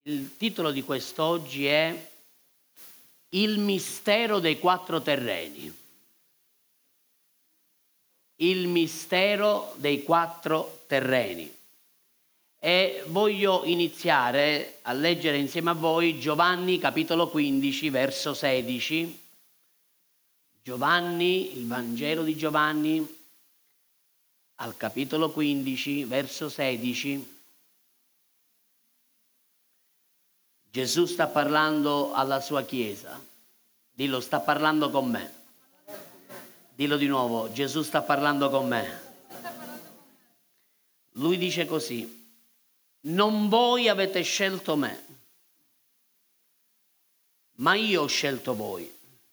Il titolo di quest'oggi è Il mistero dei quattro terreni. Il mistero dei quattro terreni. E voglio iniziare a leggere insieme a voi Giovanni capitolo 15 verso 16. Giovanni, il Vangelo di Giovanni, al capitolo 15 verso 16. Gesù sta parlando alla sua Chiesa. Dillo, sta parlando con me. Dillo di nuovo, Gesù sta parlando con me. Lui dice così: non voi avete scelto me, ma io ho scelto voi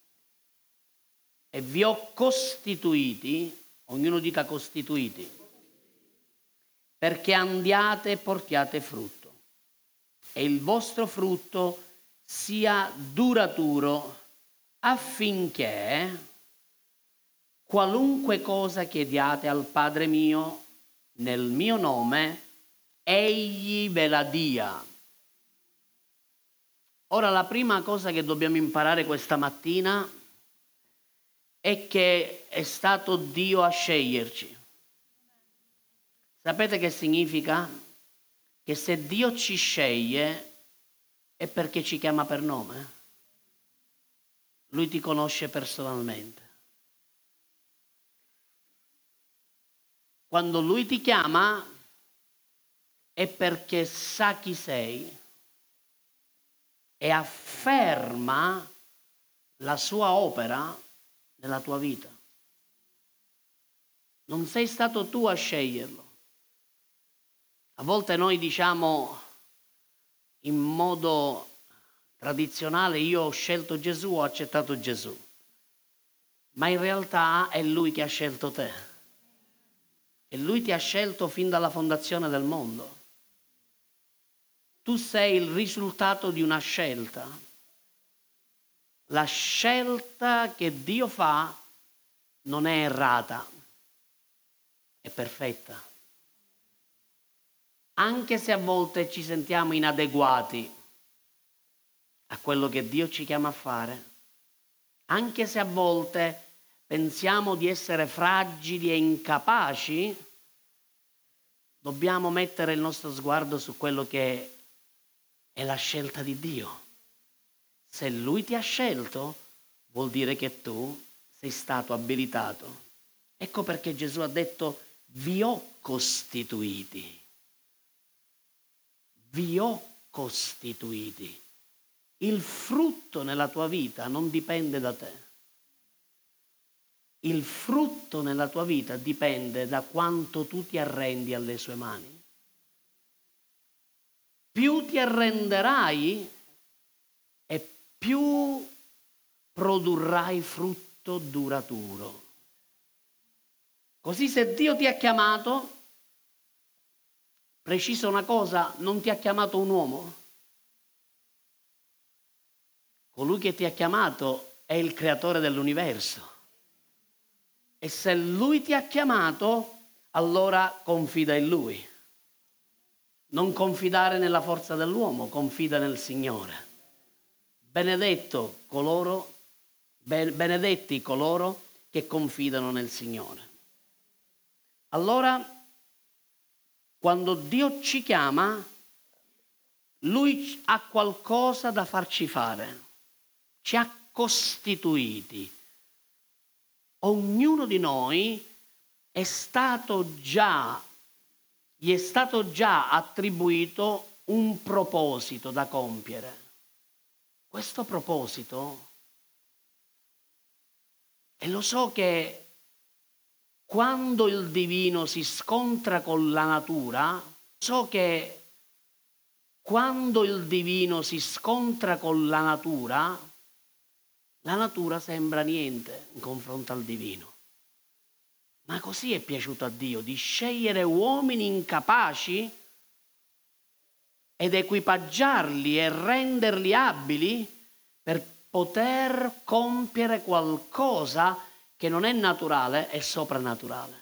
e vi ho costituiti, ognuno dica costituiti, perché andiate e portiate frutto e il vostro frutto sia duraturo, affinché qualunque cosa chiediate al Padre mio nel mio nome, egli ve la dia. Ora, la prima cosa che dobbiamo imparare questa mattina è che è stato Dio a sceglierci. Sapete che significa? Che se Dio ci sceglie è perché ci chiama per nome. Lui ti conosce personalmente. Quando Lui ti chiama è perché sa chi sei e afferma la sua opera nella tua vita. Non sei stato tu a sceglierlo. A volte noi diciamo in modo tradizionale: io ho scelto Gesù, ho accettato Gesù. Ma in realtà è Lui che ha scelto te. E Lui ti ha scelto fin dalla fondazione del mondo. Tu sei il risultato di una scelta. La scelta che Dio fa non è errata, è perfetta. Anche se a volte ci sentiamo inadeguati a quello che Dio ci chiama a fare, anche se a volte pensiamo di essere fragili e incapaci, dobbiamo mettere il nostro sguardo su quello che è la scelta di Dio. Se Lui ti ha scelto, vuol dire che tu sei stato abilitato. Ecco perché Gesù ha detto: vi ho costituiti. Vi ho costituiti. Il frutto nella tua vita non dipende da te. Il frutto nella tua vita dipende da quanto tu ti arrendi alle sue mani. Più ti arrenderai e più produrrai frutto duraturo. Così se Dio ti ha chiamato, preciso una cosa, non ti ha chiamato un uomo. Colui che ti ha chiamato è il creatore dell'universo. E se Lui ti ha chiamato, allora confida in Lui. Non confidare nella forza dell'uomo, confida nel Signore. Benedetti coloro che confidano nel Signore. Allora, quando Dio ci chiama, Lui ha qualcosa da farci fare. Ci ha costituiti. Ognuno di noi gli è stato già attribuito un proposito da compiere. Questo proposito, e lo so che quando il divino si scontra con la natura, la natura sembra niente in confronto al divino. Ma così è piaciuto a Dio, di scegliere uomini incapaci ed equipaggiarli e renderli abili per poter compiere qualcosa che non è naturale, è soprannaturale.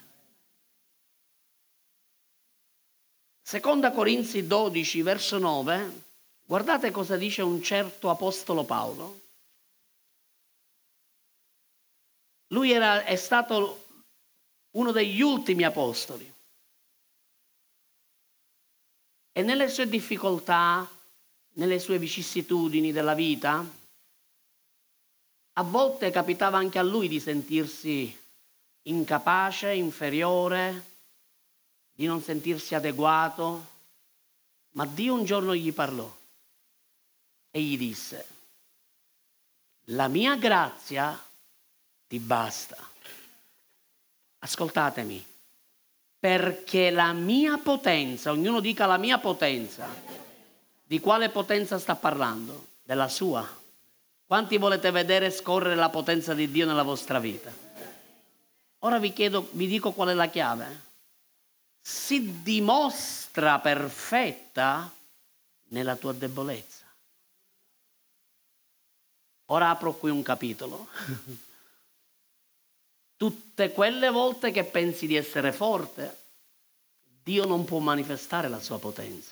Seconda Corinzi 12, verso 9, Guardate cosa dice un certo apostolo Paolo. Lui è stato uno degli ultimi apostoli e nelle sue difficoltà, nelle sue vicissitudini della vita, a volte capitava anche a lui di sentirsi incapace, inferiore, di non sentirsi adeguato, ma Dio un giorno gli parlò e gli disse: la mia grazia ti basta. Ascoltatemi, perché la mia potenza, ognuno dica la mia potenza, di quale potenza sta parlando? Della sua. Quanti volete vedere scorrere la potenza di Dio nella vostra vita? Ora vi dico qual è la chiave. Si dimostra perfetta nella tua debolezza. Ora apro qui un capitolo. Tutte quelle volte che pensi di essere forte, Dio non può manifestare la sua potenza.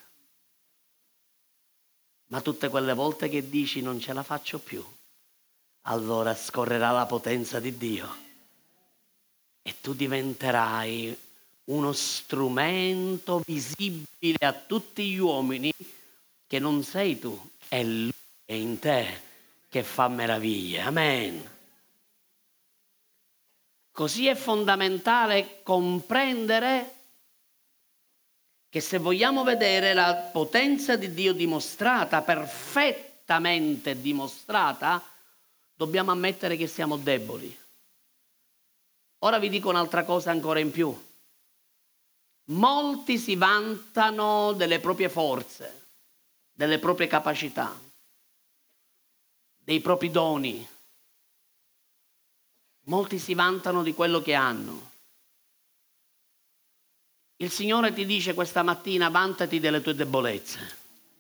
Ma tutte quelle volte che dici non ce la faccio più, allora scorrerà la potenza di Dio e tu diventerai uno strumento visibile a tutti gli uomini che non sei tu, è Lui che è in te che fa meraviglie. Amen. Così è fondamentale comprendere che se vogliamo vedere la potenza di Dio dimostrata, perfettamente dimostrata, dobbiamo ammettere che siamo deboli. Ora vi dico un'altra cosa ancora in più. Molti si vantano delle proprie forze, delle proprie capacità, dei propri doni. Molti si vantano di quello che hanno. Il Signore ti dice questa mattina: vantati delle tue debolezze,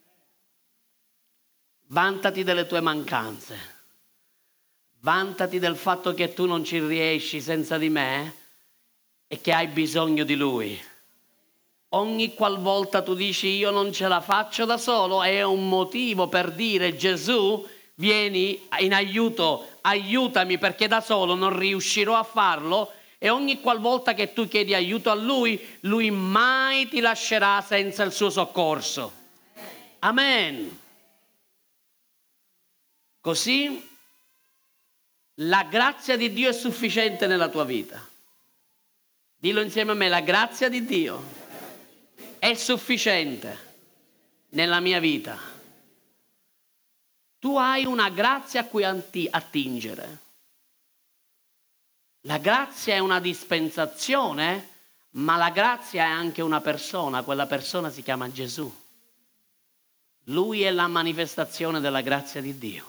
vantati delle tue mancanze, vantati del fatto che tu non ci riesci senza di me e che hai bisogno di Lui. Ogni qualvolta tu dici io non ce la faccio da solo, è un motivo per dire: Gesù, vieni in aiuto, aiutami, perché da solo non riuscirò a farlo. E ogni qualvolta che tu chiedi aiuto a Lui, Lui mai ti lascerà senza il suo soccorso. Amen. Così la grazia di Dio è sufficiente nella tua vita. Dillo insieme a me: la grazia di Dio è sufficiente nella mia vita. Tu hai una grazia a cui attingere. La grazia è una dispensazione, ma la grazia è anche una persona. Quella persona si chiama Gesù. Lui è la manifestazione della grazia di Dio.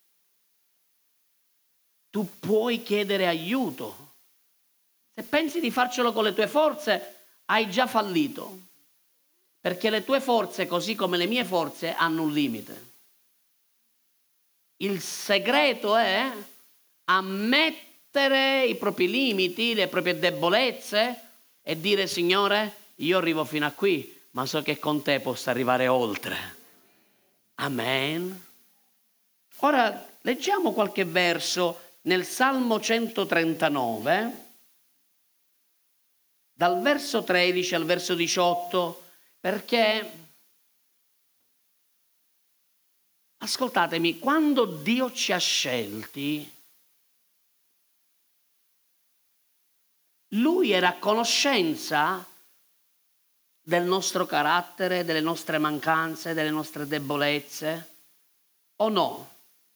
Tu puoi chiedere aiuto. Se pensi di farcelo con le tue forze, hai già fallito. Perché le tue forze, così come le mie forze, hanno un limite. Il segreto è ammettere i propri limiti, le proprie debolezze e dire: Signore, io arrivo fino a qui, ma so che con te posso arrivare oltre. Amen. Ora leggiamo qualche verso nel Salmo 139, dal verso 13 al verso 18, perché, ascoltatemi, quando Dio ci ha scelti, Lui era a conoscenza del nostro carattere, delle nostre mancanze, delle nostre debolezze, o no?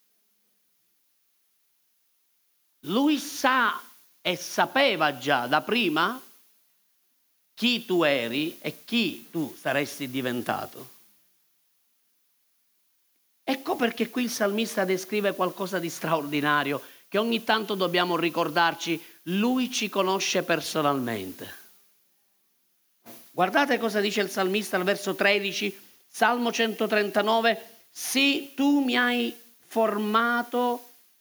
Lui sa e sapeva già da prima chi tu eri e chi tu saresti diventato. Ecco perché qui il salmista descrive qualcosa di straordinario, che ogni tanto dobbiamo ricordarci: Lui ci conosce personalmente. Guardate cosa dice il salmista al verso 13, Salmo 139, sì, tu mi hai formato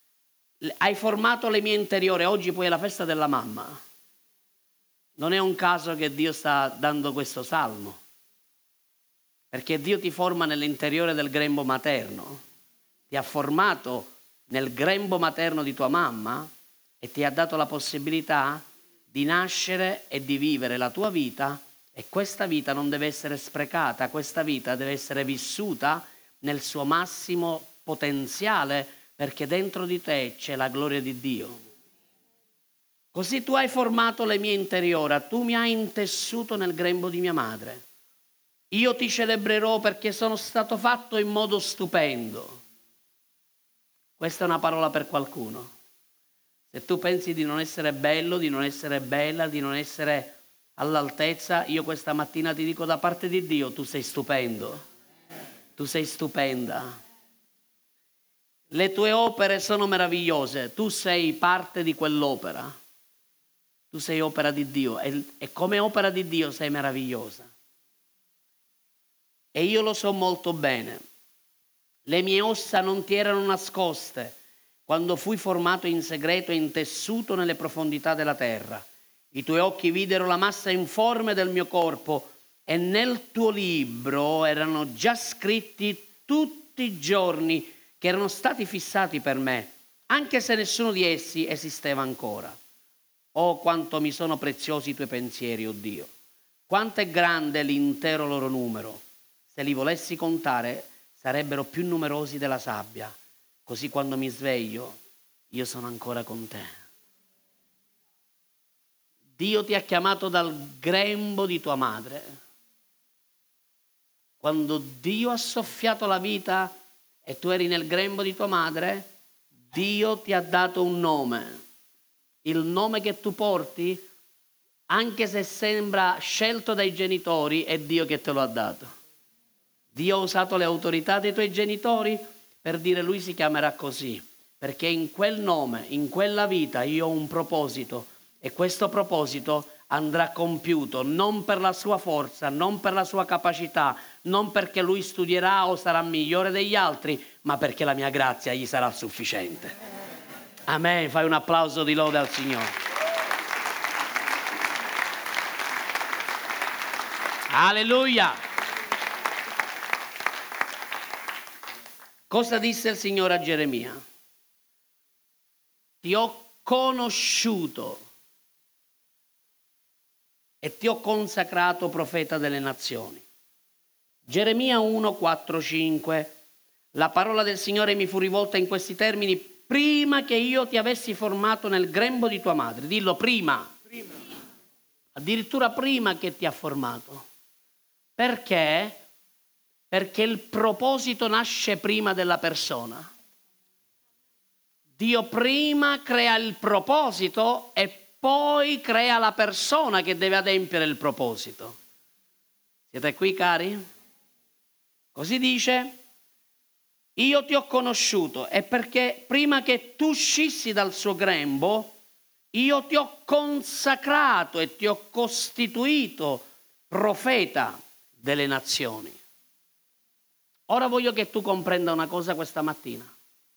le mie interiore. Oggi poi è la festa della mamma. Non è un caso che Dio sta dando questo salmo, perché Dio ti forma nell'interiore del grembo materno, ti ha formato nel grembo materno di tua mamma e ti ha dato la possibilità di nascere e di vivere la tua vita, e questa vita non deve essere sprecata, questa vita deve essere vissuta nel suo massimo potenziale, perché dentro di te c'è la gloria di Dio. Così tu hai formato le mie interiora, tu mi hai intessuto nel grembo di mia madre. Io ti celebrerò perché sono stato fatto in modo stupendo. Questa è una parola per qualcuno. Se tu pensi di non essere bello, di non essere bella, di non essere all'altezza, io questa mattina ti dico da parte di Dio, tu sei stupendo, tu sei stupenda. Le tue opere sono meravigliose, tu sei parte di quell'opera, tu sei opera di Dio e come opera di Dio sei meravigliosa. E io lo so molto bene. Le mie ossa non ti erano nascoste quando fui formato in segreto e intessuto nelle profondità della terra. I tuoi occhi videro la massa informe del mio corpo e nel tuo libro erano già scritti tutti i giorni che erano stati fissati per me, anche se nessuno di essi esisteva ancora. Oh, quanto mi sono preziosi i tuoi pensieri, oh Dio! Quanto è grande l'intero loro numero! Se li volessi contare, sarebbero più numerosi della sabbia. Così quando mi sveglio, io sono ancora con te. Dio ti ha chiamato dal grembo di tua madre. Quando Dio ha soffiato la vita e tu eri nel grembo di tua madre, Dio ti ha dato un nome. Il nome che tu porti, anche se sembra scelto dai genitori, è Dio che te lo ha dato. Dio ha usato le autorità dei tuoi genitori per dire lui si chiamerà così, perché in quel nome, in quella vita io ho un proposito e questo proposito andrà compiuto non per la sua forza, non per la sua capacità, non perché lui studierà o sarà migliore degli altri, ma perché la mia grazia gli sarà sufficiente. Amen, fai un applauso di lode al Signore. Alleluia. Cosa disse il Signore a Geremia? Ti ho conosciuto e ti ho consacrato profeta delle nazioni. Geremia 1, 4, 5. La parola del Signore mi fu rivolta in questi termini: prima che io ti avessi formato nel grembo di tua madre. Dillo, prima. Addirittura prima che ti ha formato. Perché? Perché il proposito nasce prima della persona. Dio prima crea il proposito e poi crea la persona che deve adempiere il proposito. Siete qui, cari? Così dice: io ti ho conosciuto, e perché prima che tu uscissi dal suo grembo, io ti ho consacrato e ti ho costituito profeta delle nazioni. Ora voglio che tu comprenda una cosa questa mattina.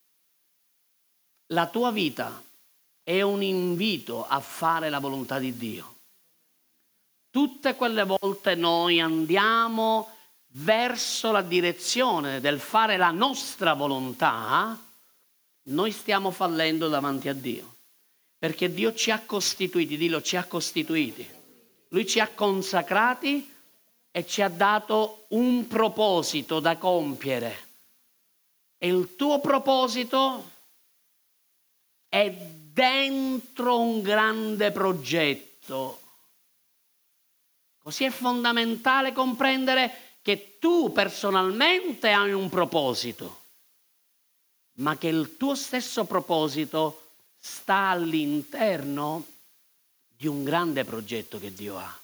La tua vita è un invito a fare la volontà di Dio. Tutte quelle volte noi andiamo verso la direzione del fare la nostra volontà, noi stiamo fallendo davanti a Dio. Perché Dio ci ha costituiti, dillo, ci ha costituiti. Lui ci ha consacrati e ci ha dato un proposito da compiere. E il tuo proposito è dentro un grande progetto. Così è fondamentale comprendere che tu personalmente hai un proposito, ma che il tuo stesso proposito sta all'interno di un grande progetto che Dio ha.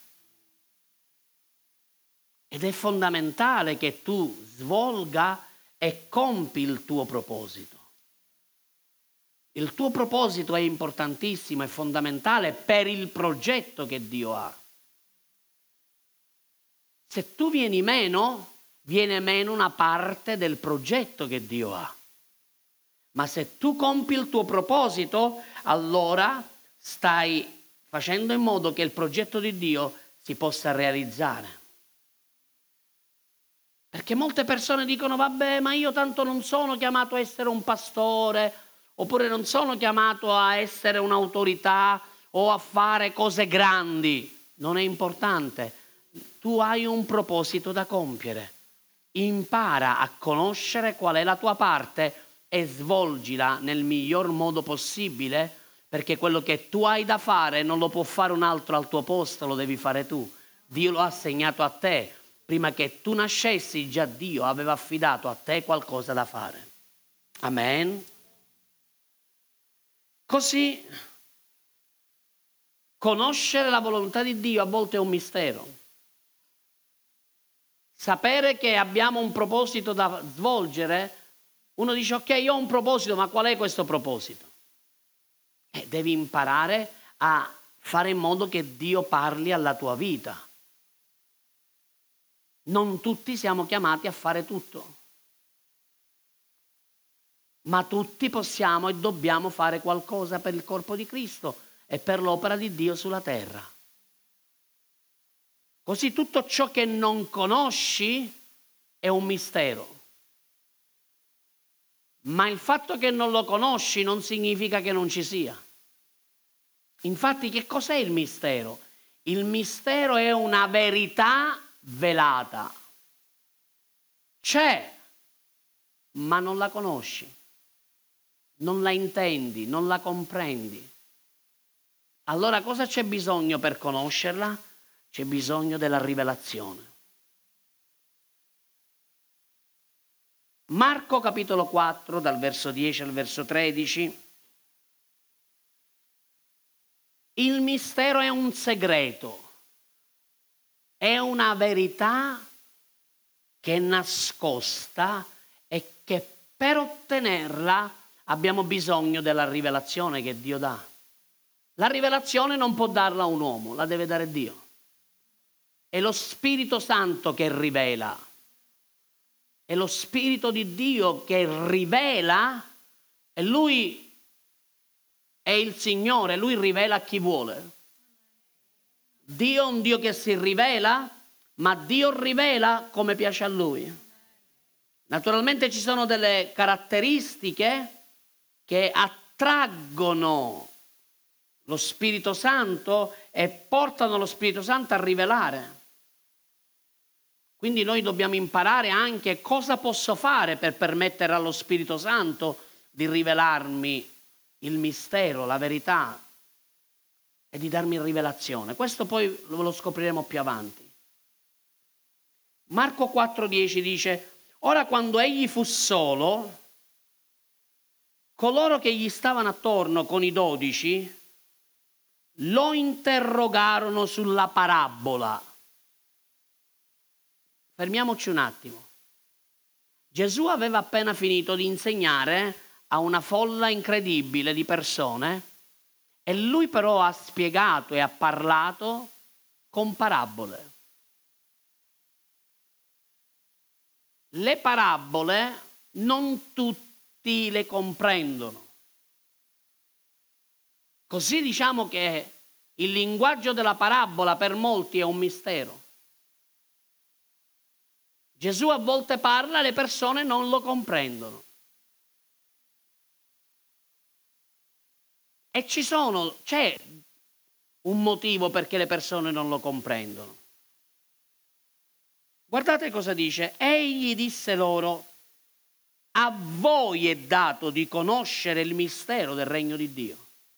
Ed è fondamentale che tu svolga e compi il tuo proposito. Il tuo proposito è importantissimo, è fondamentale per il progetto che Dio ha. Se tu viene meno una parte del progetto che Dio ha. Ma se tu compi il tuo proposito, allora stai facendo in modo che il progetto di Dio si possa realizzare. Perché molte persone dicono, vabbè, ma io tanto non sono chiamato a essere un pastore, oppure non sono chiamato a essere un'autorità o a fare cose grandi. Non è importante. Tu hai un proposito da compiere. Impara a conoscere qual è la tua parte e svolgila nel miglior modo possibile, perché quello che tu hai da fare non lo può fare un altro al tuo posto, lo devi fare tu. Dio lo ha assegnato a te. Prima che tu nascessi, già Dio aveva affidato a te qualcosa da fare. Amen. Così, conoscere la volontà di Dio a volte è un mistero. Sapere che abbiamo un proposito da svolgere, uno dice, ok, io ho un proposito, ma qual è questo proposito? Devi imparare a fare in modo che Dio parli alla tua vita. Non tutti siamo chiamati a fare tutto, ma tutti possiamo e dobbiamo fare qualcosa per il corpo di Cristo e per l'opera di Dio sulla terra. Così tutto ciò che non conosci è un mistero. Ma il fatto che non lo conosci non significa che non ci sia. Infatti, che cos'è il mistero? Il mistero è una verità velata. C'è, ma non la conosci, non la intendi, non la comprendi. Allora cosa c'è bisogno per conoscerla? C'è bisogno della rivelazione. Marco capitolo 4, dal verso 10 al verso 13. Il mistero è un segreto, è una verità che è nascosta e che per ottenerla abbiamo bisogno della rivelazione che Dio dà. La rivelazione non può darla un uomo, la deve dare Dio. È lo Spirito Santo che rivela. È lo Spirito di Dio che rivela e Lui è il Signore, Lui rivela a chi vuole. Dio è un Dio che si rivela, ma Dio rivela come piace a Lui. Naturalmente ci sono delle caratteristiche che attraggono lo Spirito Santo e portano lo Spirito Santo a rivelare. Quindi noi dobbiamo imparare anche cosa posso fare per permettere allo Spirito Santo di rivelarmi il mistero, la verità e di darmi rivelazione. Questo poi lo scopriremo più avanti. Marco 4,10 dice: ora quando egli fu solo, coloro che gli stavano attorno con i 12 lo interrogarono sulla parabola. Fermiamoci un attimo. Gesù aveva appena finito di insegnare a una folla incredibile di persone e lui però ha spiegato e ha parlato con parabole. Le parabole non tutti le comprendono. Così diciamo che il linguaggio della parabola per molti è un mistero. Gesù a volte parla e le persone non lo comprendono. E c'è un motivo perché le persone non lo comprendono. Guardate cosa dice. Egli disse loro: a voi è dato di conoscere il mistero del regno di Dio.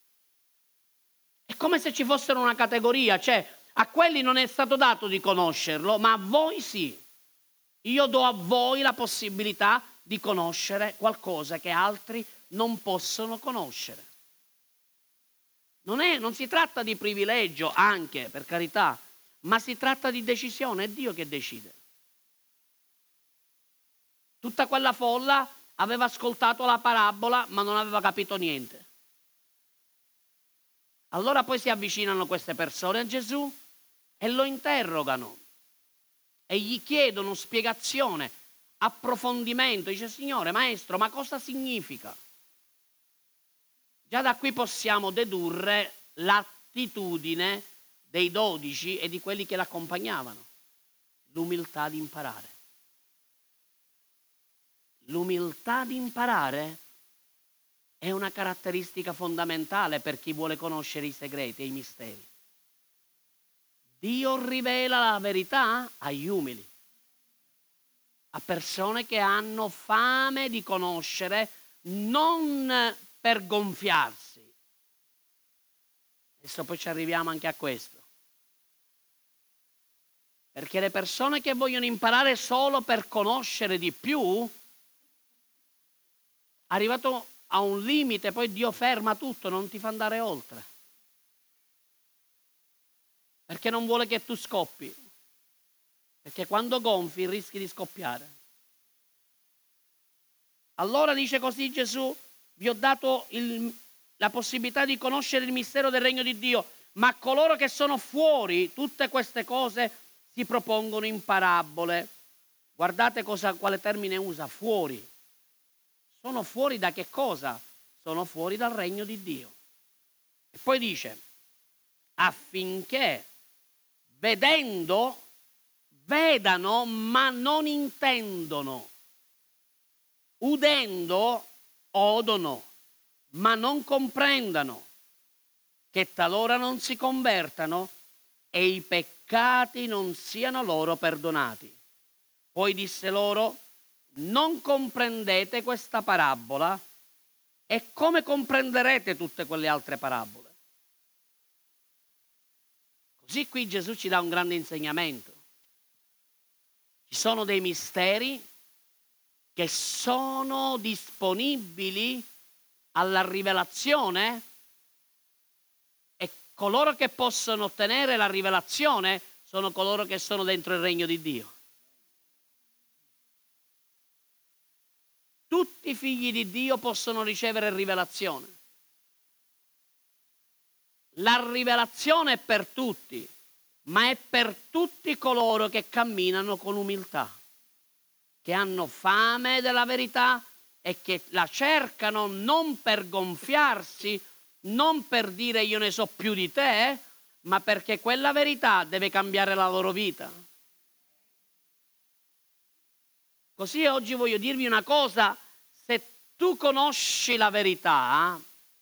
È come se ci fossero una categoria, cioè a quelli non è stato dato di conoscerlo, ma a voi sì. Io do a voi la possibilità di conoscere qualcosa che altri non possono conoscere. Non si tratta di privilegio, anche, per carità, ma si tratta di decisione, è Dio che decide. Tutta quella folla aveva ascoltato la parabola, ma non aveva capito niente. Allora poi si avvicinano queste persone a Gesù e lo interrogano e gli chiedono spiegazione, approfondimento. Dice: Signore, Maestro, ma cosa significa? Già da qui possiamo dedurre l'attitudine dei 12 e di quelli che l'accompagnavano, l'umiltà di imparare. l'umiltà di imparare è una caratteristica fondamentale per chi vuole conoscere i segreti e i misteri. Dio rivela la verità agli umili, a persone che hanno fame di conoscere, non per gonfiarsi. Adesso poi ci arriviamo anche a questo. Perché le persone che vogliono imparare solo per conoscere di più, arrivato a un limite, poi Dio ferma tutto, non ti fa andare oltre. Perché non vuole che tu scoppi. Perché quando gonfi rischi di scoppiare. Allora dice così Gesù, vi ho dato la possibilità di conoscere il mistero del regno di Dio, ma coloro che sono fuori, tutte queste cose si propongono in parabole. Guardate quale termine usa, fuori. Sono fuori da che cosa? Sono fuori dal regno di Dio. E poi dice, affinché vedendo, vedano ma non intendono, udendo, odono, ma non comprendano, che talora non si convertano e i peccati non siano loro perdonati. Poi disse loro, non comprendete questa parabola, e come comprenderete tutte quelle altre parabole? Così qui Gesù ci dà un grande insegnamento. Ci sono dei misteri che sono disponibili alla rivelazione e coloro che possono ottenere la rivelazione sono coloro che sono dentro il regno di Dio. Tutti i figli di Dio possono ricevere rivelazione. La rivelazione è per tutti, ma è per tutti coloro che camminano con umiltà, che hanno fame della verità e che la cercano non per gonfiarsi, non per dire io ne so più di te, ma perché quella verità deve cambiare la loro vita. Così oggi voglio dirvi una cosa, se tu conosci la verità,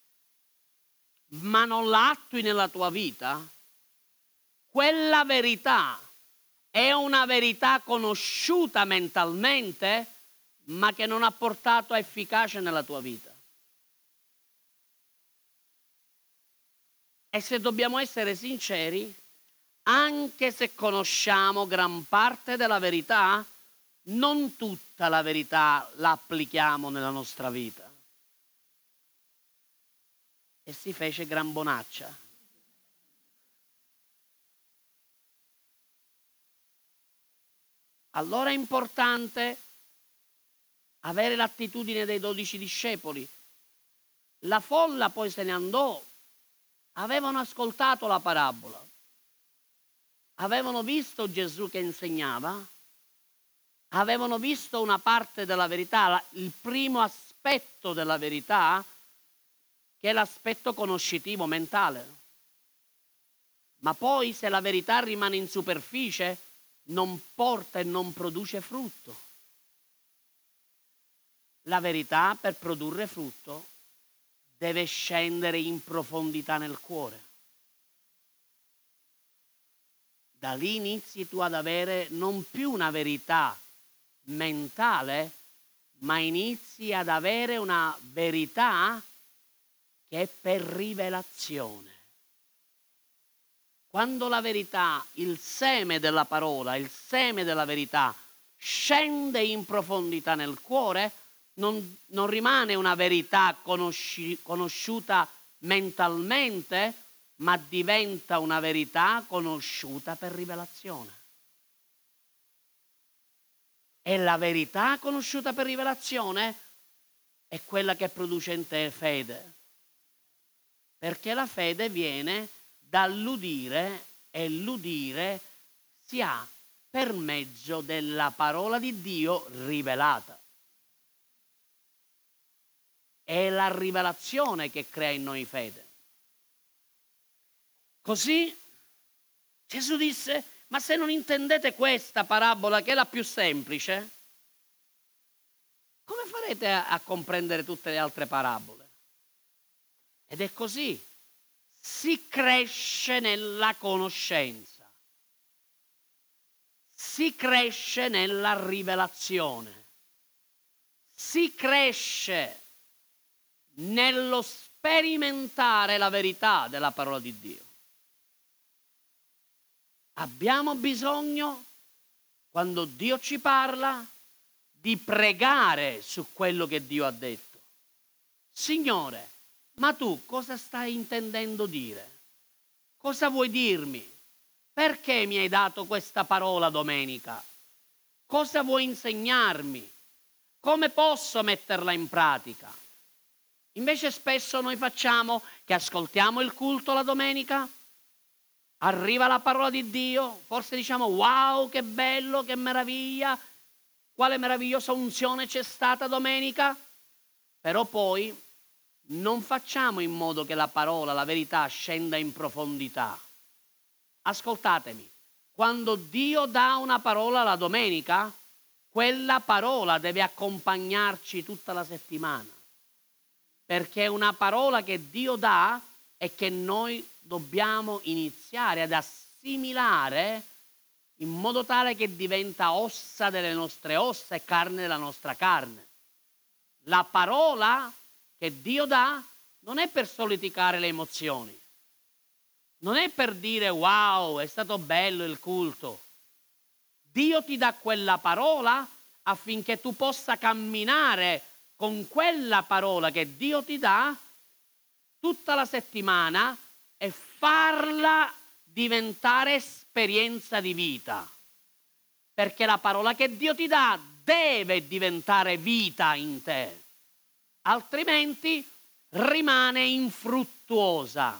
ma non la attui nella tua vita, quella verità è una verità conosciuta mentalmente, ma che non ha portato a efficacia nella tua vita. E se dobbiamo essere sinceri, anche se conosciamo gran parte della verità, non tutta la verità la applichiamo nella nostra vita. E si fece gran bonaccia. Allora è importante avere l'attitudine dei 12 discepoli. La folla poi se ne andò, avevano ascoltato la parabola, avevano visto Gesù che insegnava, avevano visto una parte della verità, il primo aspetto della verità, che è l'aspetto conoscitivo mentale. Ma poi se la verità rimane in superficie, non porta e non produce frutto. La verità, per produrre frutto, deve scendere in profondità nel cuore. Da lì inizi tu ad avere non più una verità mentale, ma inizi ad avere una verità che è per rivelazione. Quando la verità, il seme della parola, il seme della verità scende in profondità nel cuore, non rimane una verità conosciuta mentalmente, ma diventa una verità conosciuta per rivelazione. E la verità conosciuta per rivelazione è quella che produce in te fede. Perché la fede viene dall'udire e l'udire si ha per mezzo della parola di Dio rivelata. È la rivelazione che crea in noi fede. Così Gesù disse, ma se non intendete questa parabola che è la più semplice, come farete a comprendere tutte le altre parabole? Ed è così. Si cresce nella conoscenza, si cresce nella rivelazione, si cresce nello sperimentare la verità della parola di Dio. Abbiamo bisogno, quando Dio ci parla, di pregare su quello che Dio ha detto. Signore, ma tu cosa stai intendendo dire? Cosa vuoi dirmi? Perché mi hai dato questa parola domenica? Cosa vuoi insegnarmi? Come posso metterla in pratica? Invece spesso noi facciamo che ascoltiamo il culto la domenica, arriva la parola di Dio, forse diciamo wow, che bello, che meraviglia, quale meravigliosa unzione c'è stata domenica, però poi non facciamo in modo che la parola, la verità scenda in profondità. Ascoltatemi, quando Dio dà una parola la domenica, quella parola deve accompagnarci tutta la settimana, perché è una parola che Dio dà e che noi dobbiamo iniziare ad assimilare in modo tale che diventa ossa delle nostre ossa e carne della nostra carne. La parola che Dio dà non è per soliticare le emozioni, non è per dire wow, è stato bello il culto. Dio ti dà quella parola affinché tu possa camminare con quella parola che Dio ti dà tutta la settimana e farla diventare esperienza di vita. Perché la parola che Dio ti dà deve diventare vita in te, altrimenti rimane infruttuosa.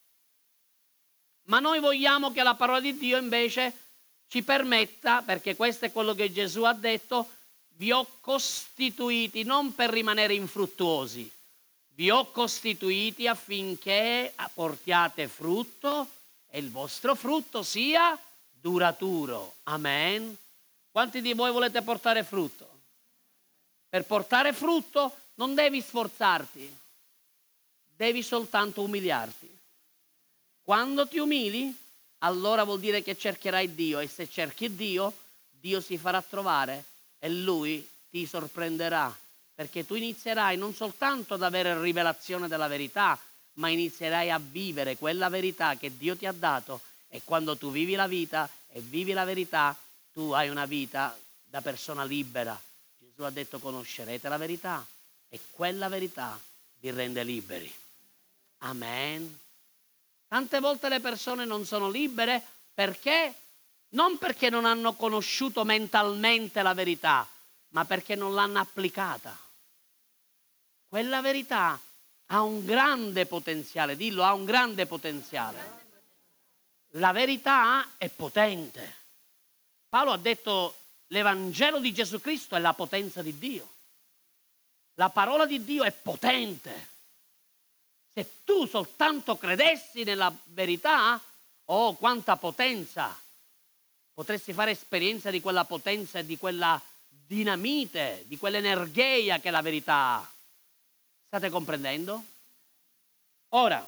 Ma noi vogliamo che la parola di Dio invece ci permetta, perché questo è quello che Gesù ha detto, vi ho costituiti non per rimanere infruttuosi, vi ho costituiti affinché portiate frutto e il vostro frutto sia duraturo. Amen. Quanti di voi volete portare frutto? Per portare frutto non devi sforzarti, devi soltanto umiliarti. Quando ti umili, allora vuol dire che cercherai Dio, e se cerchi Dio, Dio si farà trovare e Lui ti sorprenderà, perché tu inizierai non soltanto ad avere rivelazione della verità, ma inizierai a vivere quella verità che Dio ti ha dato, e quando tu vivi la vita e vivi la verità, tu hai una vita da persona libera. Gesù ha detto: conoscerete la verità e quella verità vi rende liberi. Amen. Tante volte le persone non sono libere perché? Non perché non hanno conosciuto mentalmente la verità, ma perché non l'hanno applicata. Quella verità ha un grande potenziale, dillo, ha un grande potenziale. La verità è potente. Paolo ha detto: l'Evangelo di Gesù Cristo è la potenza di Dio. La parola di Dio è potente. Se tu soltanto credessi nella verità, oh, quanta potenza! Potresti fare esperienza di quella potenza e di quella dinamite, di quell'energia che la verità ha. State comprendendo? Ora,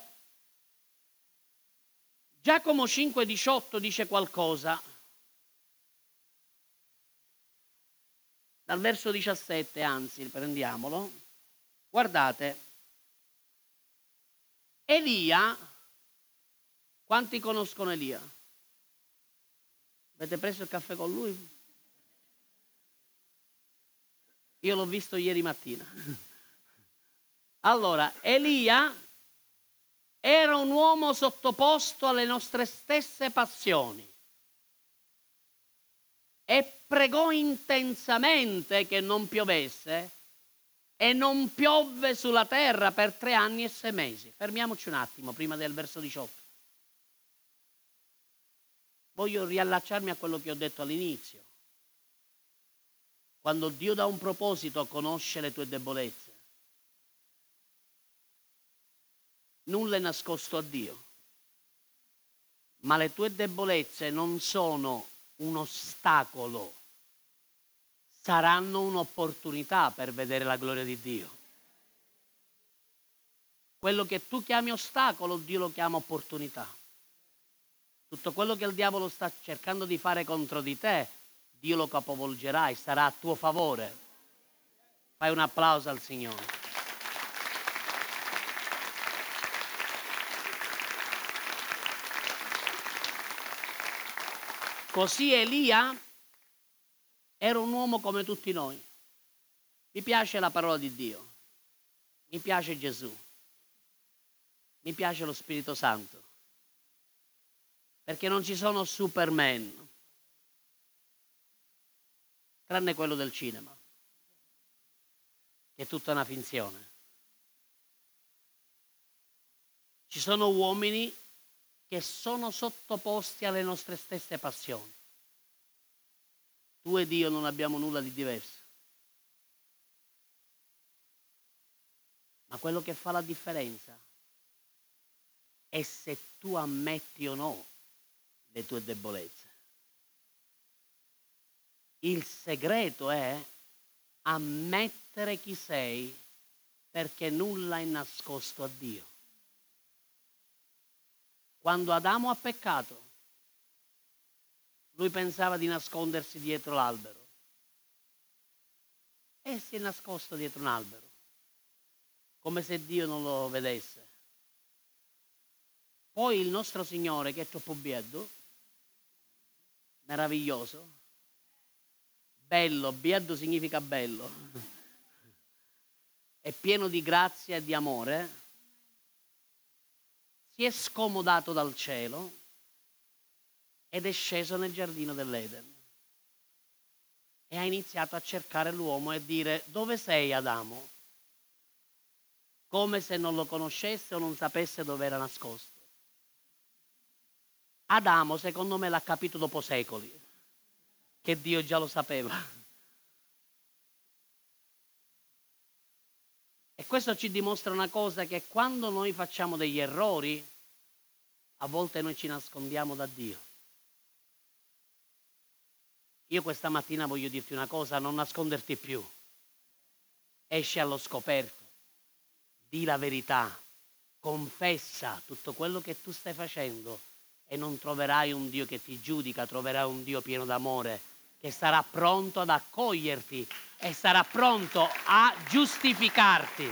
Giacomo 5,18 dice qualcosa. Dal verso 17, anzi, prendiamolo. Guardate, Elia, quanti conoscono Elia? Avete preso il caffè con lui? Io l'ho visto ieri mattina. Allora, Elia era un uomo sottoposto alle nostre stesse passioni e pregò intensamente che non piovesse, e non piovve sulla terra per 3 anni e 6 mesi. Fermiamoci un attimo prima del verso 18. Voglio riallacciarmi a quello che ho detto all'inizio. Quando Dio dà un proposito, conosce le tue debolezze. Nulla è nascosto a Dio, ma le tue debolezze non sono un ostacolo. saranno un'opportunità per vedere la gloria di Dio. Quello che tu chiami ostacolo, Dio lo chiama opportunità. Tutto quello che il diavolo sta cercando di fare contro di te, Dio lo capovolgerà e sarà a tuo favore. Fai un applauso al Signore. Così Elia era un uomo come tutti noi. Mi piace la parola di Dio, mi piace Gesù, mi piace lo Spirito Santo, perché non ci sono Superman, tranne quello del cinema, che è tutta una finzione. Ci sono uomini che sono sottoposti alle nostre stesse passioni. Tu ed io non abbiamo nulla di diverso. Ma quello che fa la differenza è se tu ammetti o no le tue debolezze. Il segreto è ammettere chi sei, perché nulla è nascosto a Dio. Quando Adamo ha peccato, lui pensava di nascondersi dietro l'albero e si è nascosto dietro un albero, come se Dio non lo vedesse. Poi il nostro Signore, che è troppo bieddo, meraviglioso, bello, bieddo significa bello, è pieno di grazia e di amore, si è scomodato dal cielo ed è sceso nel giardino dell'Eden e ha iniziato a cercare l'uomo e dire: dove sei, Adamo? Come se non lo conoscesse o non sapesse dove era nascosto. Adamo, secondo me, l'ha capito dopo secoli, che Dio già lo sapeva. E questo ci dimostra una cosa, che quando noi facciamo degli errori, a volte noi ci nascondiamo da Dio. Io questa mattina voglio dirti una cosa: non nasconderti più. Esci allo scoperto, di la verità, confessa tutto quello che tu stai facendo e non troverai un Dio che ti giudica, troverai un Dio pieno d'amore che sarà pronto ad accoglierti e sarà pronto a giustificarti.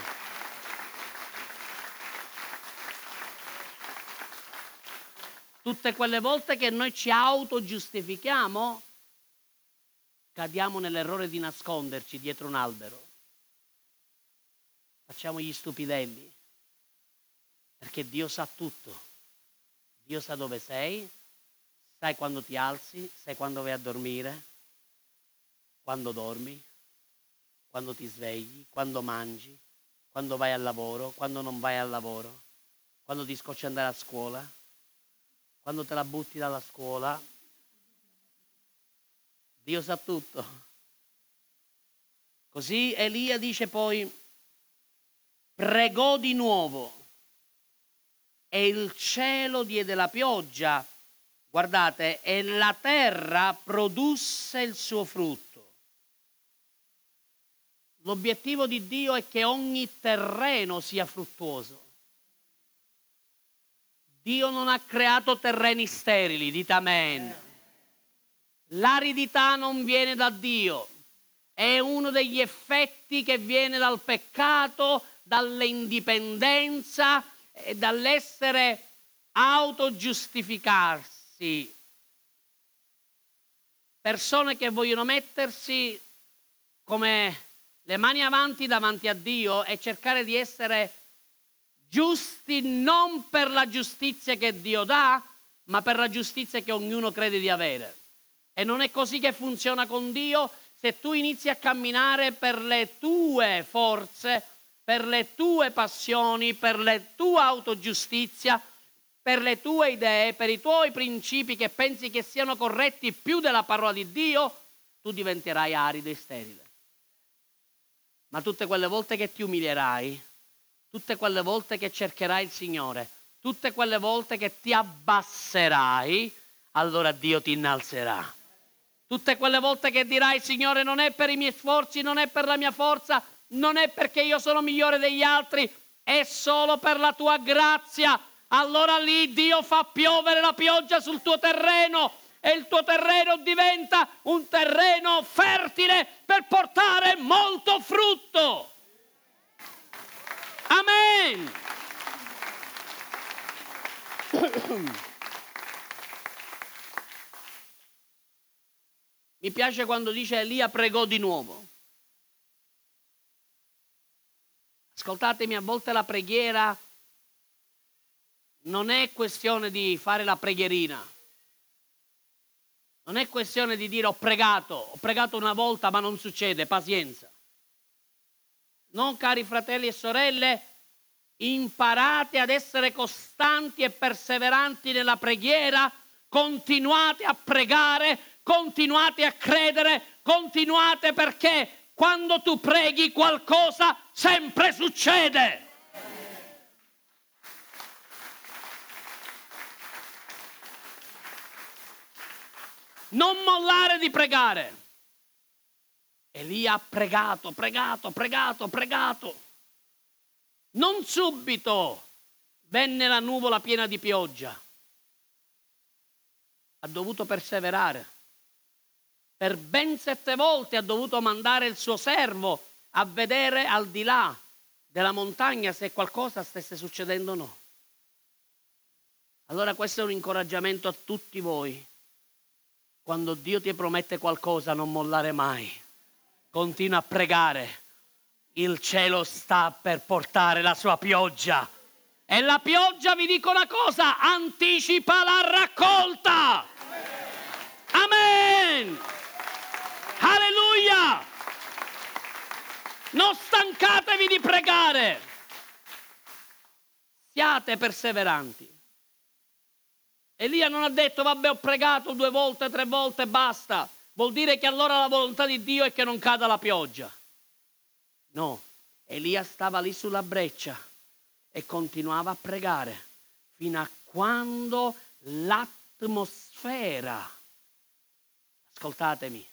Tutte quelle volte che noi ci autogiustifichiamo, cadiamo nell'errore di nasconderci dietro un albero. Facciamo gli stupidelli, perché Dio sa tutto. Dio sa dove sei, sai quando ti alzi, sai quando vai a dormire, quando dormi, quando ti svegli, quando mangi, quando vai al lavoro, quando non vai al lavoro, quando ti scocci andare a scuola, quando te la butti dalla scuola. Dio sa tutto. Così Elia dice poi: pregò di nuovo e il cielo diede la pioggia, guardate, e la terra produsse il suo frutto. L'obiettivo di Dio è che ogni terreno sia fruttuoso. Dio non ha creato terreni sterili, dite amen. L'aridità non viene da Dio, è uno degli effetti che viene dal peccato, dall'indipendenza e dall'essere autogiustificarsi. Persone che vogliono mettersi come le mani avanti davanti a Dio e cercare di essere giusti non per la giustizia che Dio dà, ma per la giustizia che ognuno crede di avere. E non è così che funziona con Dio. Se tu inizi a camminare per le tue forze, per le tue passioni, per la tua autogiustizia, per le tue idee, per i tuoi principi che pensi che siano corretti più della parola di Dio, tu diventerai arido e sterile. Ma tutte quelle volte che ti umilierai, tutte quelle volte che cercherai il Signore, tutte quelle volte che ti abbasserai, allora Dio ti innalzerà. Tutte quelle volte che dirai: Signore, non è per i miei sforzi, non è per la mia forza, non è perché io sono migliore degli altri, è solo per la tua grazia. Allora lì Dio fa piovere la pioggia sul tuo terreno e il tuo terreno diventa un terreno fertile per portare molto frutto. Amen. Mi piace quando dice Elia pregò di nuovo. Ascoltatemi, a volte la preghiera non è questione di fare la preghierina. Non è questione di dire ho pregato una volta ma non succede, pazienza. No, cari fratelli e sorelle, imparate ad essere costanti e perseveranti nella preghiera, continuate a pregare, continuate a credere, continuate, perché quando tu preghi qualcosa sempre succede. Non mollare di pregare. Elia ha pregato. Non subito venne la nuvola piena di pioggia. Ha dovuto perseverare. Per ben 7 volte ha dovuto mandare il suo servo a vedere al di là della montagna se qualcosa stesse succedendo o no. Allora questo è un incoraggiamento a tutti voi. Quando Dio ti promette qualcosa, non mollare mai. Continua a pregare. Il cielo sta per portare la sua pioggia. E la pioggia, vi dico una cosa, anticipa la raccolta. Amen. Alleluia. Non stancatevi di pregare. Siate perseveranti. Elia non ha detto vabbè, ho pregato 2 volte, 3 volte, basta. Vuol dire che allora la volontà di Dio è che non cada la pioggia. No, Elia stava lì sulla breccia e continuava a pregare fino a quando l'atmosfera, ascoltatemi,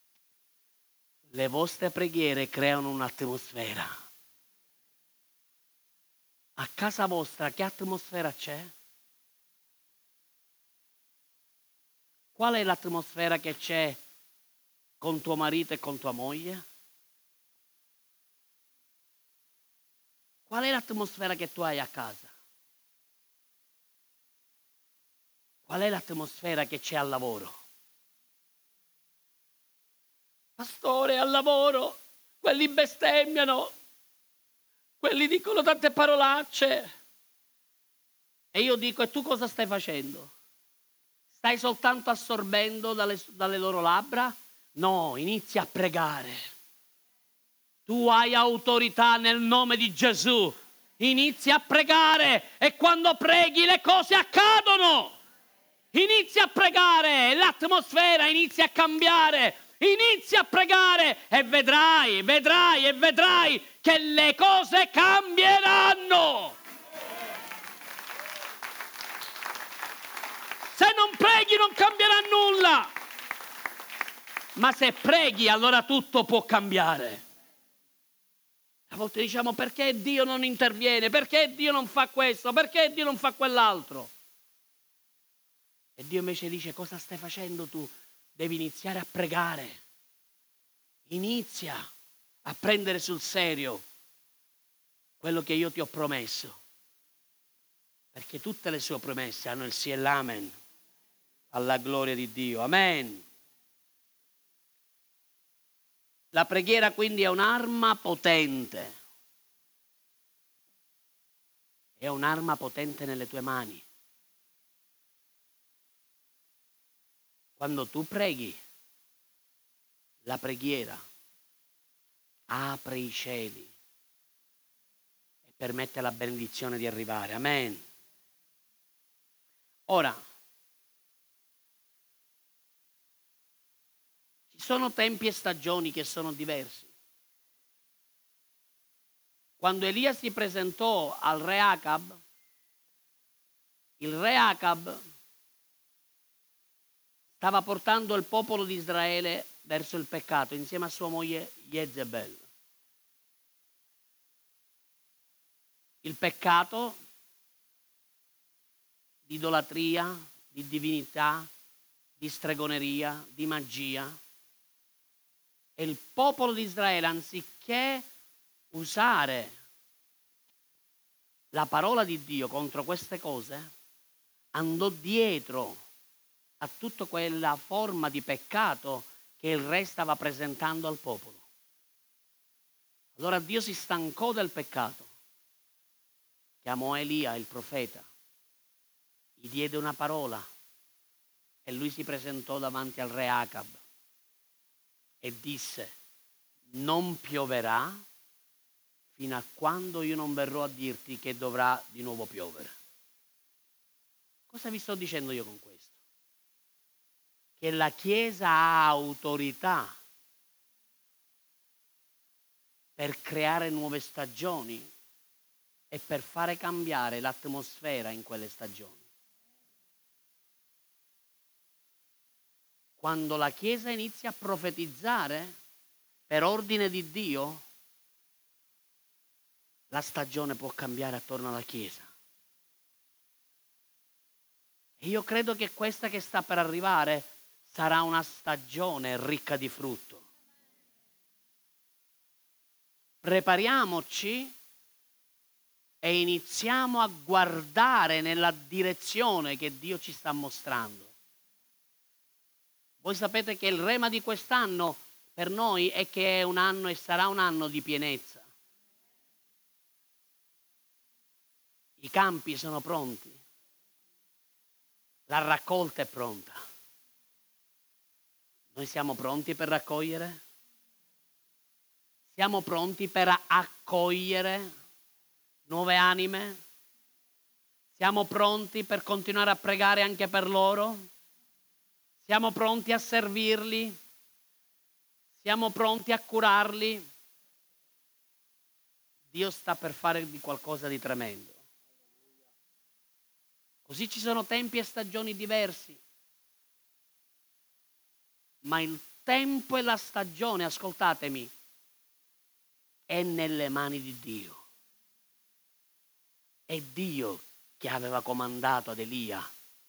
le vostre preghiere creano un'atmosfera. A casa vostra che atmosfera c'è? Qual è l'atmosfera che c'è con tuo marito e con tua moglie? Qual è l'atmosfera che tu hai a casa? Qual è l'atmosfera che c'è al lavoro? Pastore, al lavoro, quelli bestemmiano, quelli dicono tante parolacce. E io dico, e tu cosa stai facendo? Stai soltanto assorbendo dalle loro labbra? No, inizia a pregare. Tu hai autorità nel nome di Gesù. Inizia a pregare e quando preghi le cose accadono. Inizia a pregare e l'atmosfera inizia a cambiare. Inizia a pregare e vedrai che le cose cambieranno. Se non preghi non cambierà nulla. Ma se preghi allora tutto può cambiare. A volte diciamo perché Dio non interviene, perché Dio non fa questo, perché Dio non fa quell'altro. E Dio invece dice cosa stai facendo tu? Devi iniziare a pregare. Inizia a prendere sul serio quello che io ti ho promesso. Perché tutte le sue promesse hanno il sì e l'amen. Alla gloria di Dio. Amen. La preghiera quindi è un'arma potente. È un'arma potente nelle tue mani. Quando tu preghi, la preghiera apre i cieli e permette alla benedizione di arrivare. Amen. Ora, ci sono tempi e stagioni che sono diversi. Quando Elia si presentò al re Acab, il re Acab stava portando il popolo di Israele verso il peccato insieme a sua moglie Jezebel. Il peccato di idolatria, di divinità, di stregoneria, di magia. E il popolo di Israele, anziché usare la parola di Dio contro queste cose, andò dietro a tutta quella forma di peccato che il re stava presentando al popolo. Allora Dio si stancò del peccato, chiamò Elia, il profeta, gli diede una parola e lui si presentò davanti al re Acab e disse: non pioverà fino a quando io non verrò a dirti che dovrà di nuovo piovere. Cosa vi sto dicendo io con questo? Che la Chiesa ha autorità per creare nuove stagioni e per fare cambiare l'atmosfera in quelle stagioni. Quando la Chiesa inizia a profetizzare per ordine di Dio, la stagione può cambiare attorno alla Chiesa. E io credo che questa che sta per arrivare sarà una stagione ricca di frutto. Prepariamoci e iniziamo a guardare nella direzione che Dio ci sta mostrando. Voi sapete che il rema di quest'anno per noi è che è un anno e sarà un anno di pienezza. I campi sono pronti, la raccolta è pronta. Noi siamo pronti per raccogliere? Siamo pronti per accogliere nuove anime? Siamo pronti per continuare a pregare anche per loro? Siamo pronti a servirli? Siamo pronti a curarli? Dio sta per fare di qualcosa di tremendo. Così ci sono tempi e stagioni diversi. Ma il tempo e la stagione, ascoltatemi, è nelle mani di Dio. È Dio che aveva comandato ad Elia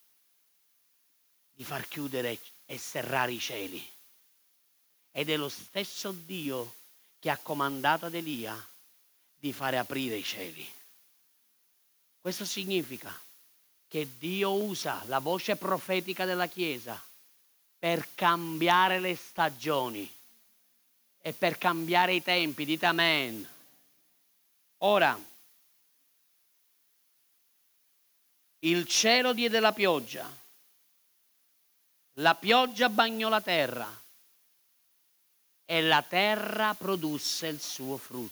di far chiudere e serrare i cieli. Ed è lo stesso Dio che ha comandato ad Elia di fare aprire i cieli. Questo significa che Dio usa la voce profetica della Chiesa per cambiare le stagioni e per cambiare i tempi. Dite amen. Ora, il cielo diede la pioggia bagnò la terra e la terra produsse il suo frutto.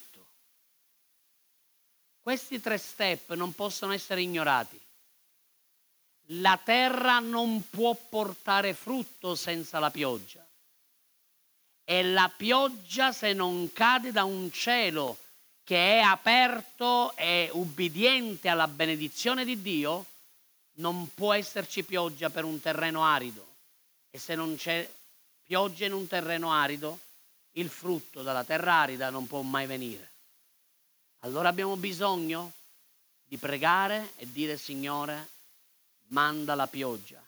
Questi 3 step non possono essere ignorati. La terra non può portare frutto senza la pioggia. E la pioggia, se non cade da un cielo che è aperto e ubbidiente alla benedizione di Dio, non può esserci pioggia per un terreno arido. E se non c'è pioggia in un terreno arido, il frutto dalla terra arida non può mai venire. Allora abbiamo bisogno di pregare e dire: Signore, manda la pioggia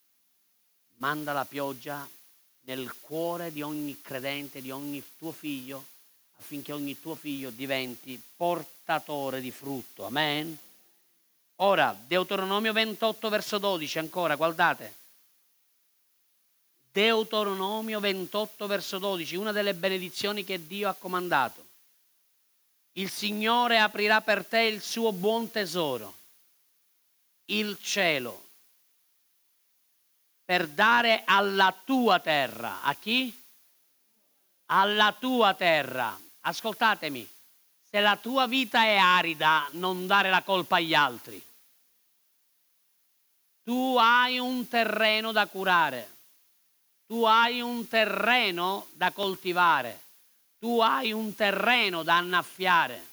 nel cuore di ogni credente, di ogni tuo figlio, affinché ogni tuo figlio diventi portatore di frutto. Amen. Ora, Deuteronomio 28, verso 12, ancora, guardate. Deuteronomio 28, verso 12, una delle benedizioni che Dio ha comandato. Il Signore aprirà per te il suo buon tesoro, il cielo, per dare alla tua terra. A chi? Alla tua terra. Ascoltatemi, se la tua vita è arida, non dare la colpa agli altri. Tu hai un terreno da curare, tu hai un terreno da coltivare, tu hai un terreno da annaffiare.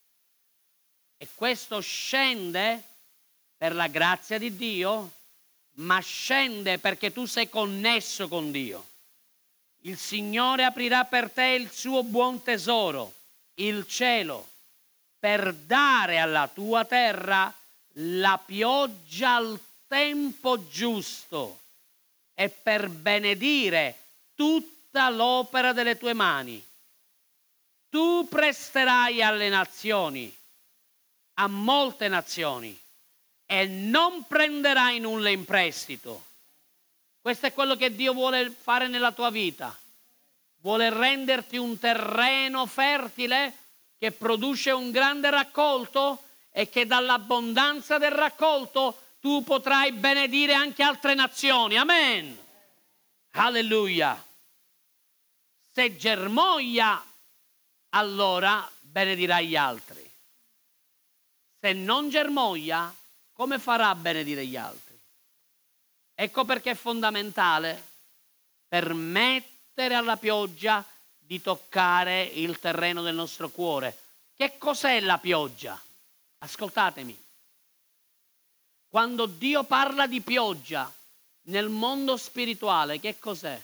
E questo scende per la grazia di Dio ma scende perché tu sei connesso con Dio. Il Signore aprirà per te il suo buon tesoro, il cielo, per dare alla tua terra la pioggia al tempo giusto e per benedire tutta l'opera delle tue mani. Tu presterai alle nazioni, a molte nazioni, e non prenderai nulla in prestito. Questo è quello che Dio vuole fare nella tua vita. Vuole renderti un terreno fertile che produce un grande raccolto e che dall'abbondanza del raccolto tu potrai benedire anche altre nazioni. Amen. Alleluia. Se germoglia, allora benedirai gli altri. Se non germoglia, come farà a benedire gli altri? Ecco perché è fondamentale permettere alla pioggia di toccare il terreno del nostro cuore. Che cos'è la pioggia? Ascoltatemi. Quando Dio parla di pioggia nel mondo spirituale, che cos'è?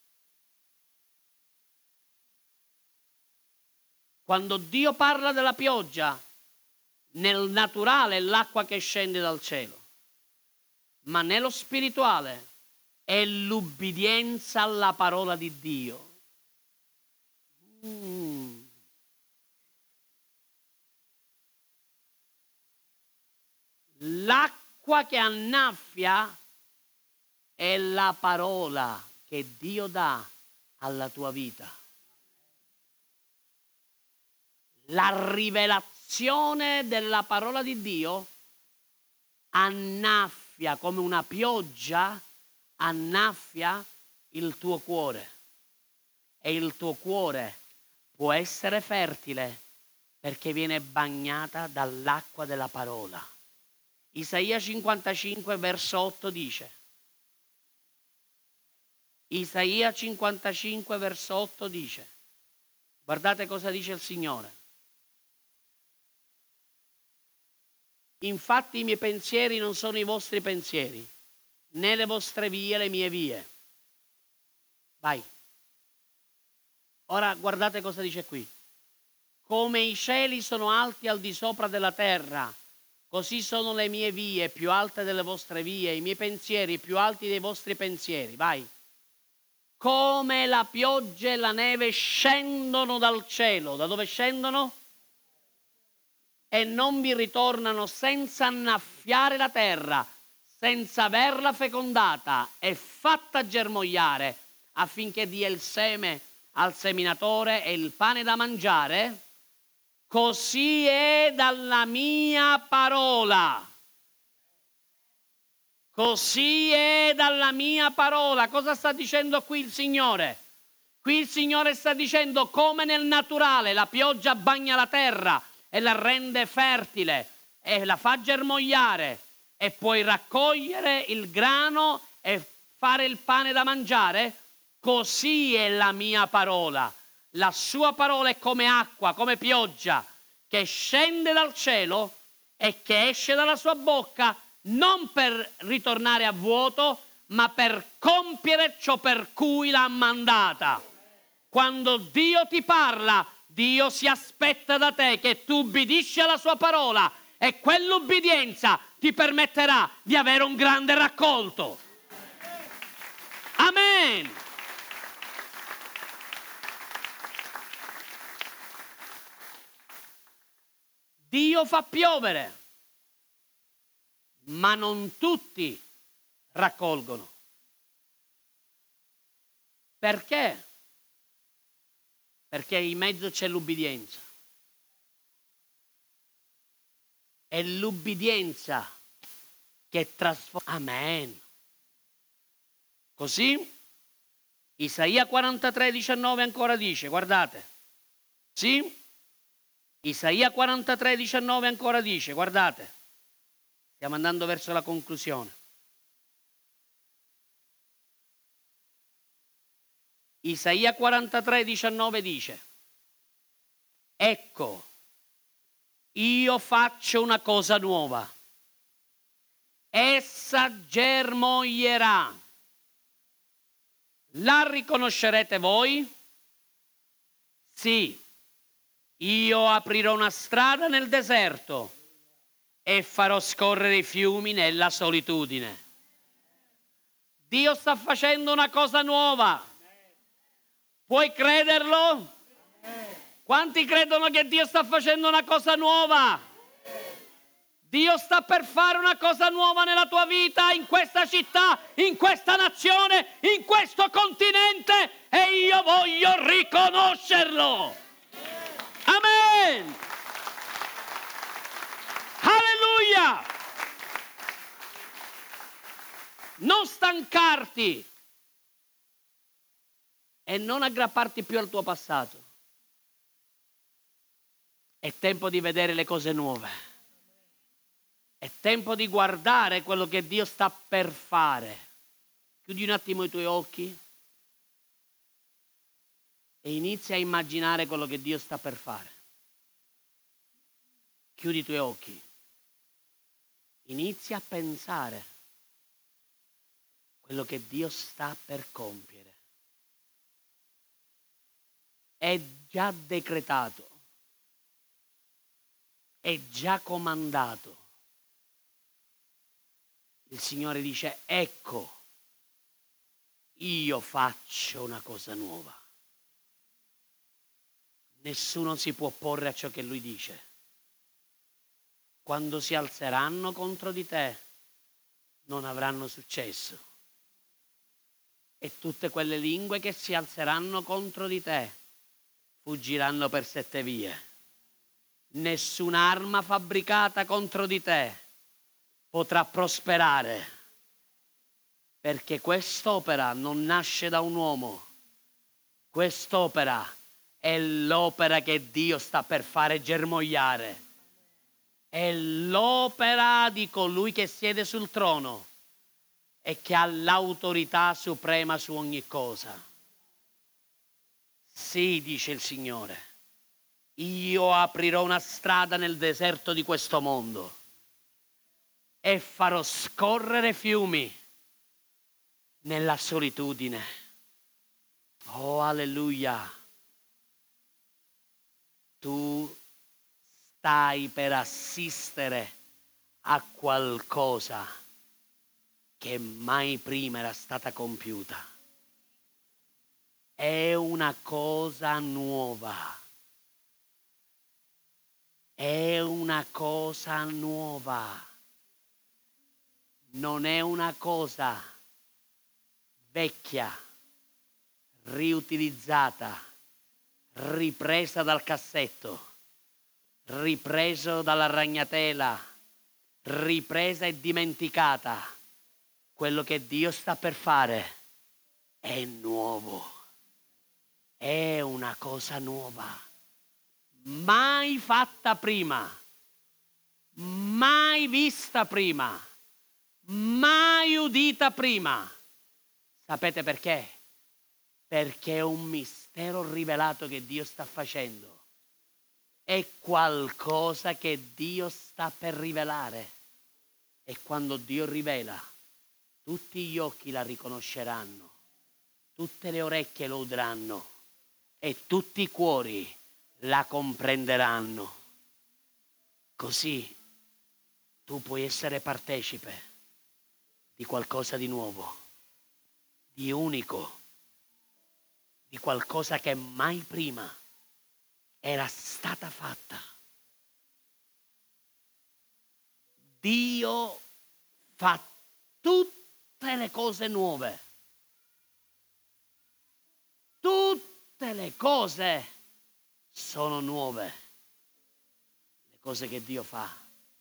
Quando Dio parla della pioggia, nel naturale è l'acqua che scende dal cielo, ma nello spirituale è l'ubbidienza alla parola di Dio. L'acqua che annaffia è la parola che Dio dà alla tua vita. La rivelazione della parola di Dio annaffia come una pioggia, annaffia il tuo cuore. E il tuo cuore può essere fertile perché viene bagnata dall'acqua della parola. Isaia 55 verso 8 dice, Isaia 55 verso 8 dice, guardate cosa dice il Signore. Infatti i miei pensieri non sono i vostri pensieri, né le vostre vie le mie vie. Vai. Ora guardate cosa dice qui. Come i cieli sono alti al di sopra della terra, così sono le mie vie più alte delle vostre vie, i miei pensieri più alti dei vostri pensieri. Vai. Come la pioggia e la neve scendono dal cielo. Da dove scendono? E non vi ritornano senza annaffiare la terra, senza averla fecondata e fatta germogliare, affinché dia il seme al seminatore e il pane da mangiare, così è dalla mia parola. Così è dalla mia parola. Cosa sta dicendo qui il Signore? Qui il Signore sta dicendo come nel naturale la pioggia bagna la terra e la rende fertile e la fa germogliare e puoi raccogliere il grano e fare il pane da mangiare, così è la mia parola. La sua parola è come acqua, come pioggia che scende dal cielo e che esce dalla sua bocca non per ritornare a vuoto, ma per compiere ciò per cui l'ha mandata. Quando Dio ti parla, Dio si aspetta da te che tu ubbidisci alla sua parola e quell'ubbidienza ti permetterà di avere un grande raccolto. Amen. Dio fa piovere, ma non tutti raccolgono. Perché? Perché in mezzo c'è l'ubbidienza. È l'ubbidienza che trasforma. Amen. Così Isaia 43,19 ancora dice, guardate. Sì? Isaia 43,19 ancora dice, guardate. Stiamo andando verso la conclusione. Isaia 43,19 dice, ecco, io faccio una cosa nuova. essa germoglierà. La riconoscerete voi? Sì, io aprirò una strada nel deserto e farò scorrere i fiumi nella solitudine. Dio sta facendo una cosa nuova. Puoi crederlo? Quanti credono che Dio sta facendo una cosa nuova? Dio sta per fare una cosa nuova nella tua vita, in questa città, in questa nazione, in questo continente, e io voglio riconoscerlo. Amen. Alleluia. Non stancarti e non aggrapparti più al tuo passato. È tempo di vedere le cose nuove. È tempo di guardare quello che Dio sta per fare. Chiudi un attimo i tuoi occhi e inizia a immaginare quello che Dio sta per fare. Chiudi i tuoi occhi. Inizia a pensare quello che Dio sta per compiere. È già decretato. È già comandato. Il Signore dice: ecco, io faccio una cosa nuova. Nessuno si può opporre a ciò che Lui dice. Quando si alzeranno contro di te, non avranno successo. E tutte quelle lingue che si alzeranno contro di te, fuggiranno per 7 vie. Nessun'arma fabbricata contro di te potrà prosperare, perché quest'opera non nasce da un uomo. Quest'opera è l'opera che Dio sta per fare germogliare. È l'opera di colui che siede sul trono e che ha l'autorità suprema su ogni cosa. Sì, dice il Signore, io aprirò una strada nel deserto di questo mondo e farò scorrere fiumi nella solitudine. Oh, alleluia! Tu stai per assistere a qualcosa che mai prima era stata compiuta. È una cosa nuova. È una cosa nuova. Non è una cosa vecchia, riutilizzata, ripresa dal cassetto, ripreso dalla ragnatela, ripresa e dimenticata. Quello che Dio sta per fare è nuovo. È una cosa nuova, mai fatta prima, mai vista prima, mai udita prima. Sapete perché? Perché è un mistero rivelato che Dio sta facendo. È qualcosa che Dio sta per rivelare. E quando Dio rivela, tutti gli occhi la riconosceranno, tutte le orecchie lo udranno e tutti i cuori la comprenderanno. Così tu puoi essere partecipe di qualcosa di nuovo, di unico, di qualcosa che mai prima era stata fatta. Dio fa tutte le cose nuove. Tutte le cose sono nuove. Le cose che Dio fa.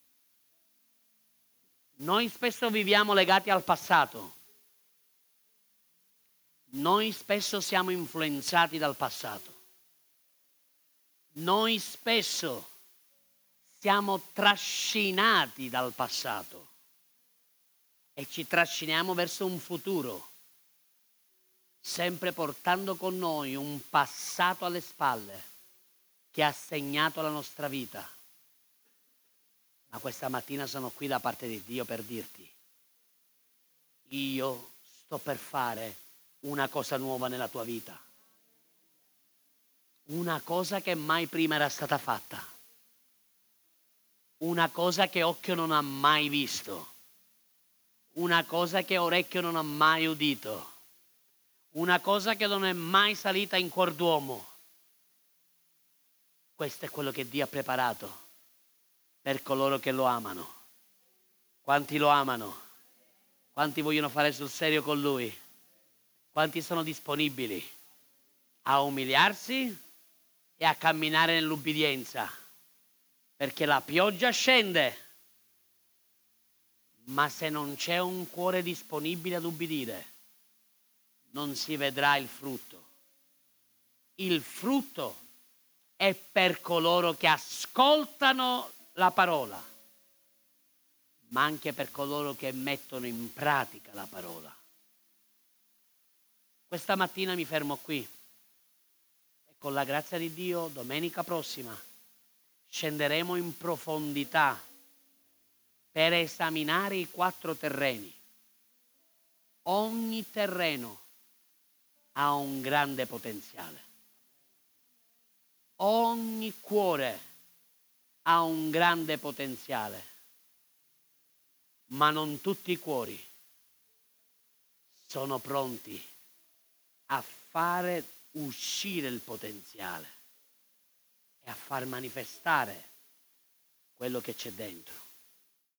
Noi spesso viviamo legati al passato. Noi spesso siamo influenzati dal passato. Noi spesso siamo trascinati dal passato e ci trasciniamo verso un futuro, sempre portando con noi un passato alle spalle che ha segnato la nostra vita. Ma questa mattina sono qui da parte di Dio per dirti: io sto per fare una cosa nuova nella tua vita, una cosa che mai prima era stata fatta, una cosa che occhio non ha mai visto, una cosa che orecchio non ha mai udito, una cosa che non è mai salita in cuor d'uomo. Questo è quello che Dio ha preparato per coloro che lo amano. Quanti lo amano? Quanti vogliono fare sul serio con Lui? Quanti sono disponibili a umiliarsi e a camminare nell'ubbidienza? Perché la pioggia scende, ma se non c'è un cuore disponibile ad ubbidire, non si vedrà il frutto. Il frutto è per coloro che ascoltano la parola, ma anche per coloro che mettono in pratica la parola. Questa mattina mi fermo qui e con la grazia di Dio domenica prossima scenderemo in profondità per esaminare i 4 terreni. Ogni terreno ha un grande potenziale. Ogni cuore ha un grande potenziale, ma non tutti i cuori sono pronti a fare uscire il potenziale e a far manifestare quello che c'è dentro.